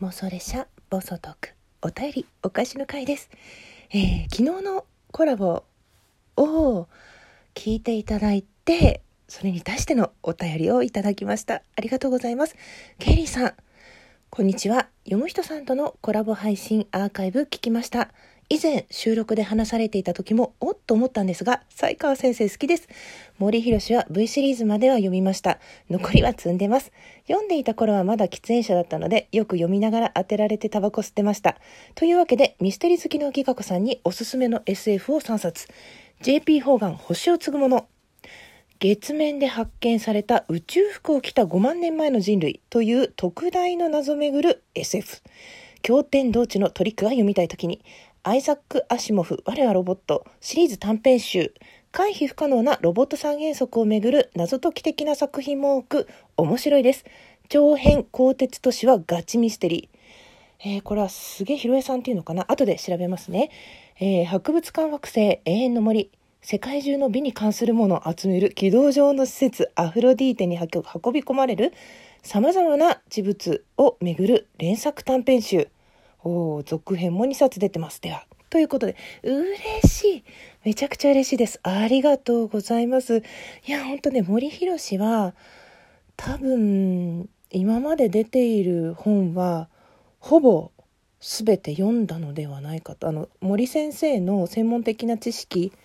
妄想列車暴走トークお便りお返しの回です。昨日のコラボを聞いていただいて、それに対してのお便りをいただきました。ありがとうございます。ケイリーさん、こんにちは。読む人さんとのコラボ配信アーカイブ聞きました。以前収録で話されていた時もおっと思ったんですが、才川先生好きです。森博は V シリーズまでは読みました。残りは積んでます。読んでいた頃はまだ喫煙者だったので、よく読みながら当てられてタバコ吸ってました。というわけで、ミステリー好きのギガ子さんにおすすめの SF を3冊。JP ホーガン星を継ぐもの。月面で発見された宇宙服を着た5万年前の人類という特大の謎めぐる SF。経典同地のトリックが読みたいときに、アイザック・アシモフ我はロボットシリーズ短編集、回避不可能なロボット三原則をめぐる謎解き的な作品も多く面白いです。長編鋼鉄都市はガチミステリー。これは菅弘江さんっていうのかな、後で調べますね。博物館惑星永遠の森、世界中の美に関するものを集める軌道上の施設アフロディーテに運び込まれる様々な事物をめぐる連作短編集。続編も2冊出てます。ではということで、嬉しい、めちゃくちゃ嬉しいです。ありがとうございます。いや本当ね、森博は多分今まで出ている本はほぼ全て読んだのではないかと。森先生の専門的な知識、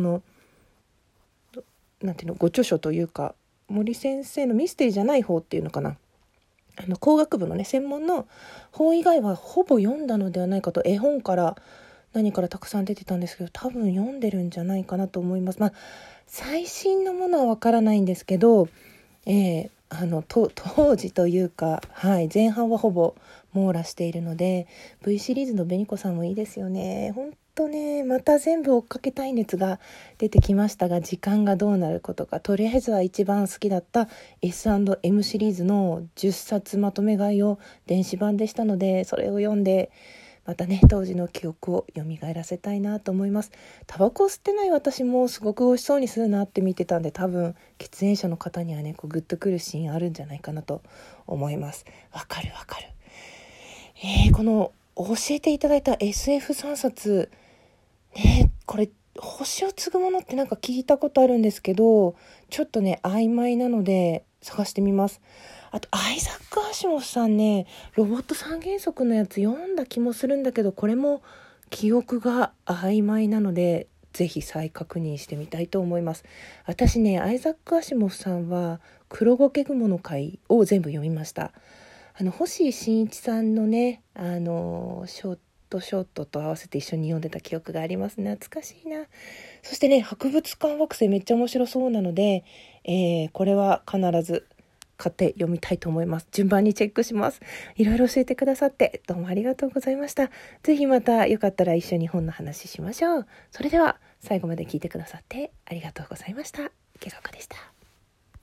なんていうの、ご著書というか、森先生のミステリーじゃない方っていうのかな、工学部のね専門の本以外はほぼ読んだのではないかと。絵本から何からたくさん出てたんですけど、多分読んでるんじゃないかなと思います。最新のものはわからないんですけど、当時というか、前半はほぼ網羅しているので、 V シリーズの紅子さんもいいですよね。本当ね、また全部追っかけたい熱が出てきましたが、時間がどうなることか。とりあえずは一番好きだった S&M シリーズの10冊まとめ買いを電子版でしたので、それを読んでまたね、当時の記憶を蘇らせたいなと思います。タバコを吸ってない私もすごく美味しそうに吸うなって見てたんで、多分喫煙者の方にはね、グッとくるシーンあるんじゃないかなと思います。わかる。この教えていただいた SF3 冊ね、これ星を継ぐものってなんか聞いたことあるんですけど、ちょっとね曖昧なので探してみます。あとアイザック・アシモフさんね、ロボット三原則のやつ読んだ気もするんだけど、これも記憶が曖昧なのでぜひ再確認してみたいと思います。私ね、アイザック・アシモフさんは黒苔雲の会を全部読みました。星新一さんのね、ショートと合わせて一緒に読んでた記憶があります。懐かしいな。そしてね、博物館惑星めっちゃ面白そうなので、これは必ず買って読みたいと思います。順番にチェックします。いろいろ教えてくださってどうもありがとうございました。ぜひまたよかったら一緒に本の話しましょう。それでは最後まで聞いてくださってありがとうございました。けがこでした。